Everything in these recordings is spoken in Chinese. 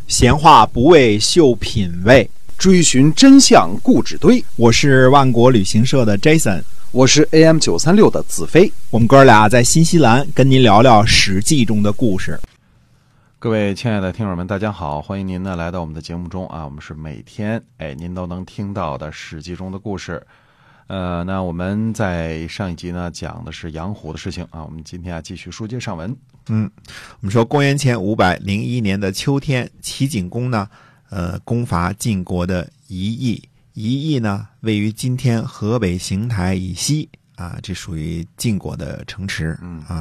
闲话不为秀品味， 追寻真相故纸堆。 我是万国旅行社的 Jason， 我是 AM936 的子飞。 我们哥俩在新西兰跟您聊聊《史记》中的故事。 各位亲爱的听友们，大家好，欢迎您呢来到我们的节目中啊。我们是每天您都能听到的《史记》中的故事。那我们在上一集呢讲的是杨虎的事情啊，我们今天继续书接上文。 我们说公元前501年的秋天，齐景公呢攻伐晋国的夷邑。夷邑呢位于今天河北邢台以西啊，这属于晋国的城池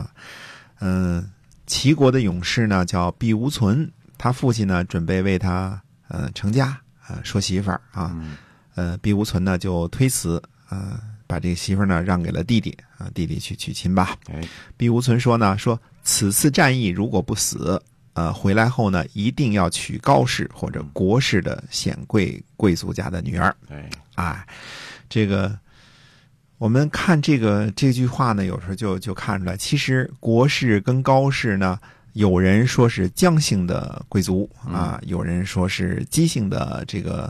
齐国的勇士呢叫毕无存，他父亲呢准备为他成家说媳妇儿啊，毕无存呢就推辞把这个媳妇儿呢让给了弟弟啊，弟弟去娶亲吧。毕无存说呢，说此次战役如果不死，回来后呢一定要娶高氏或者国氏的显贵贵族家的女儿。这个我们看这句话呢，有时候就看出来，其实国氏跟高氏呢，有人说是姜姓的贵族啊，有人说是姬姓的这个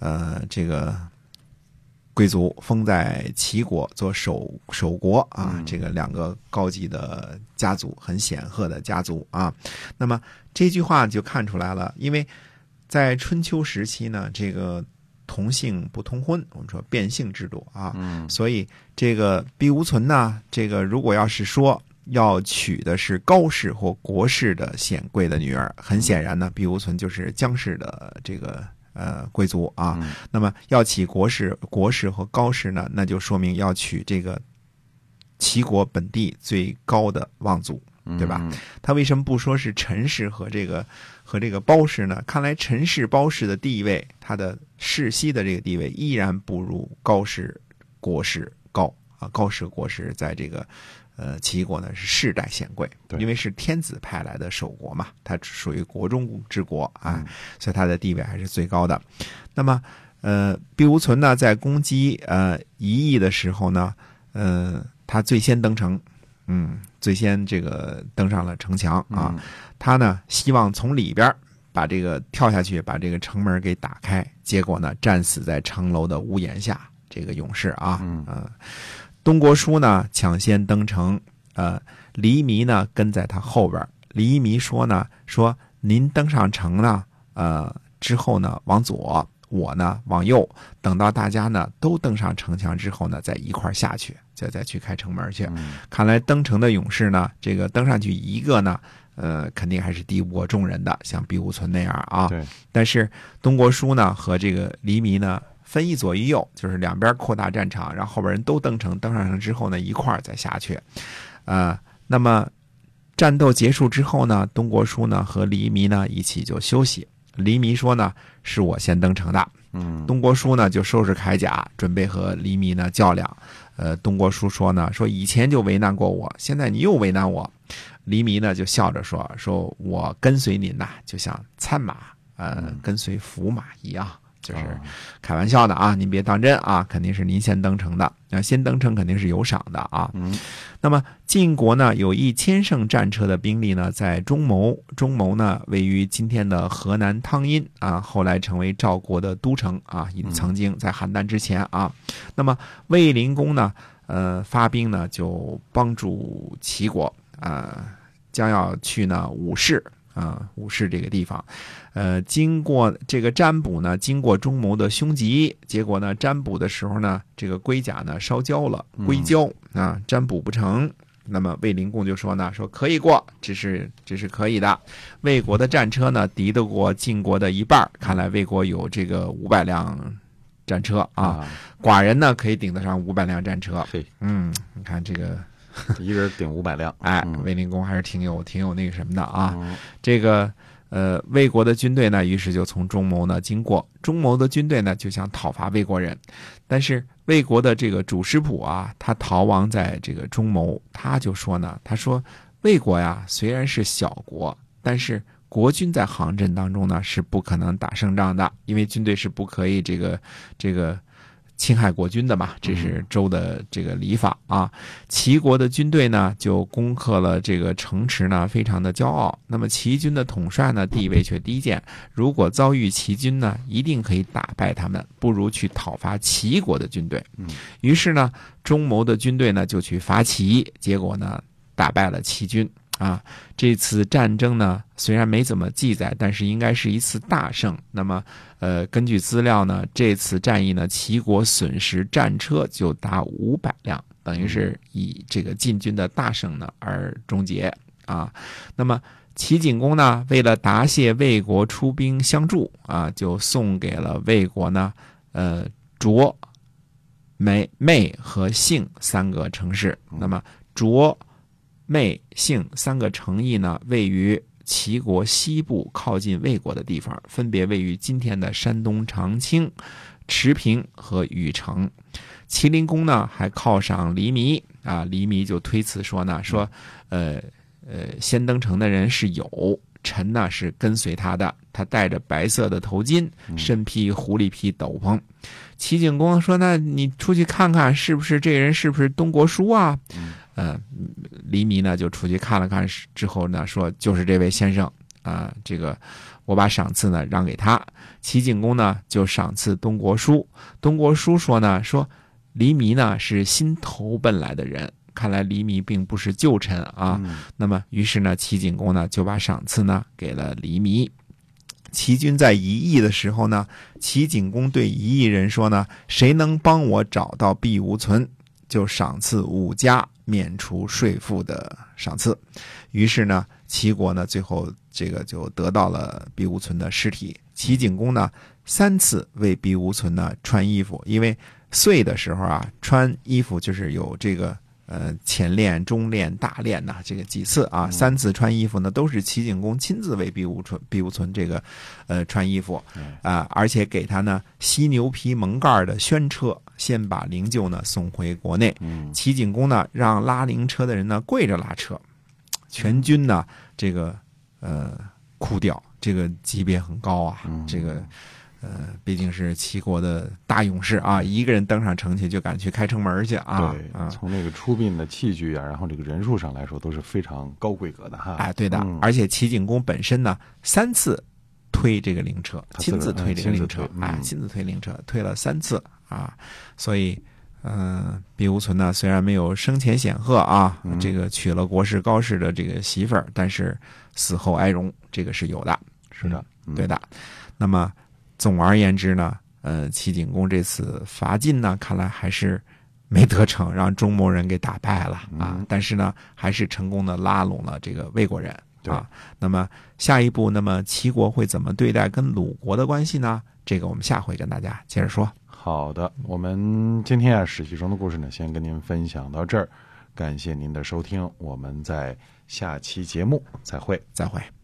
贵族，封在齐国做守国啊，这个两个高级的家族，很显赫的家族啊。那么这句话就看出来了，因为在春秋时期呢，这个同姓不通婚，我们说变姓制度啊，所以这个毕无存呢，这个如果要是说要娶的是高氏或国氏的显贵的女儿，很显然呢，毕无存就是姜氏的这个贵族啊。那么要娶国氏和高氏呢，那就说明要娶这个齐国本地最高的望族，对吧？他为什么不说是陈氏和这个包氏呢？看来陈氏包氏的地位，他的世袭的这个地位依然不如高氏国氏高啊。高氏国氏在这个齐国呢是世代显贵，因为是天子派来的守国嘛，他属于国中之国啊，所以他的地位还是最高的。那么毕无存呢在攻击夷邑的时候呢，他最先登城，最先这个登上了城墙啊。他呢希望从里边把这个跳下去，把这个城门给打开，结果呢战死在城楼的屋檐下，这个勇士啊。东国叔呢抢先登城，黎弥呢跟在他后边。黎弥说呢，说您登上城呢，之后呢往左，我呢往右，等到大家呢都登上城墙之后呢，再一块下去，再去开城门去。看来登城的勇士呢，这个登上去一个呢，肯定还是敌不过众人的，像毕无存那样啊。但是东国叔呢和这个黎弥呢分一左一右，就是两边扩大战场，让后边人都登上城之后呢，一块再下去。那么战斗结束之后呢，东国叔呢和黎弥呢一起就休息。黎弥说呢，是我先登城的。东国叔呢就收拾铠甲，准备和黎弥呢较量。东国叔说呢，说以前就为难过我，现在你又为难我。黎弥呢就笑着说我跟随您呐，就像参马跟随驸马一样。就是开玩笑的啊，您别当真啊，肯定是您先登城的，先登城肯定是有赏的啊。那么晋国呢有1000乘战车的兵力呢在中牟呢位于今天的河南汤阴啊，后来成为赵国的都城啊，曾经在邯郸之前啊。那么卫灵公呢发兵呢就帮助齐国将要去呢武氏这个地方，经过这个占卜呢，经过中牟的凶吉，结果呢，占卜的时候呢，这个龟甲呢烧焦了，龟焦啊，占卜不成。那么卫灵公就说呢，说可以过，这是可以的。魏国的战车呢，敌得过晋国的一半，看来魏国有这个500辆战车啊，寡人呢可以顶得上500辆战车。你看这个。 一人顶500辆， 卫灵公还是挺有那个什么的啊。这个魏国的军队呢，于是就从中牟呢经过，中牟的军队呢就想讨伐魏国人，但是魏国的这个主师普啊，他逃亡在这个中牟，他就说呢，他说魏国呀虽然是小国，但是国军在行阵当中呢是不可能打胜仗的，因为军队是不可以这个侵害国军的嘛，这是周的这个礼法啊。齐国的军队呢就攻克了这个城池呢，非常的骄傲。那么齐军的统帅呢地位却低贱，如果遭遇齐军呢，一定可以打败他们，不如去讨伐齐国的军队。于是呢，中牟的军队呢就去伐齐，结果呢打败了齐军。这次战争呢，虽然没怎么记载，但是应该是一次大胜。那么，根据资料呢，这次战役呢，齐国损失战车就达500辆，等于是以这个晋军的大胜呢而终结啊。那么，齐景公呢，为了答谢魏国出兵相助啊，就送给了魏国呢，涿、昧和信3个城市。那么，涿、昧、信3个城邑呢，位于齐国西部靠近魏国的地方，分别位于今天的山东长清、池平和禹城。齐灵公呢还犒赏黎弥啊，黎弥就推辞说呢，先登城的人是有，臣呢是跟随他的，他戴着白色的头巾，身披狐狸皮斗篷。齐景公说，那你出去看看，是不是这个人是不是东国叔啊？黎弥呢就出去看了看之后呢，说就是这位先生啊，这个我把赏赐呢让给他。齐景公呢就赏赐东国叔，东国叔说呢，说黎弥呢是新投奔来的人，看来黎弥并不是旧臣啊。那么于是呢，齐景公呢就把赏赐呢给了黎弥。齐军在夷邑的时候呢，齐景公对夷邑人说呢，谁能帮我找到毕无存，就赏赐5家，免除税赋的赏赐。于是呢，齐国呢最后这个就得到了毕无存的尸体。齐景公呢3次为毕无存呢穿衣服，因为岁的时候啊，穿衣服就是有这个前练、中练、大练呐，这个几次啊，3次穿衣服呢，都是齐景公亲自为毕无存这个穿衣服啊，而且给他呢犀牛皮蒙盖的宣车，先把灵柩呢送回国内。齐景公呢让拉灵车的人呢跪着拉车，全军呢这个哭掉，这个级别很高啊，这个。毕竟是齐国的大勇士啊，一个人登上城去就敢去开城门去啊！ 对，从那个出殡的器具啊，然后这个人数上来说都是非常高规格的哈。 哎，对的，而且齐景公本身呢3次推这个灵车，亲自推这个灵车，亲自推灵车，推了3次啊，所以毕无存呢虽然没有生前显赫啊，这个娶了国士高氏的这个媳妇儿，但是死后哀荣，这个是有的， 是的， 对的。那么总而言之呢，齐景公这次伐晋呢，看来还是没得逞，让中牟人给打败了啊。但是呢，还是成功的拉拢了这个魏国人啊。那么下一步，那么齐国会怎么对待跟鲁国的关系呢？这个我们下回跟大家接着说。 好的，我们今天史记中的故事呢，先跟您分享到这儿，感谢您的收听，我们在下期节目再会。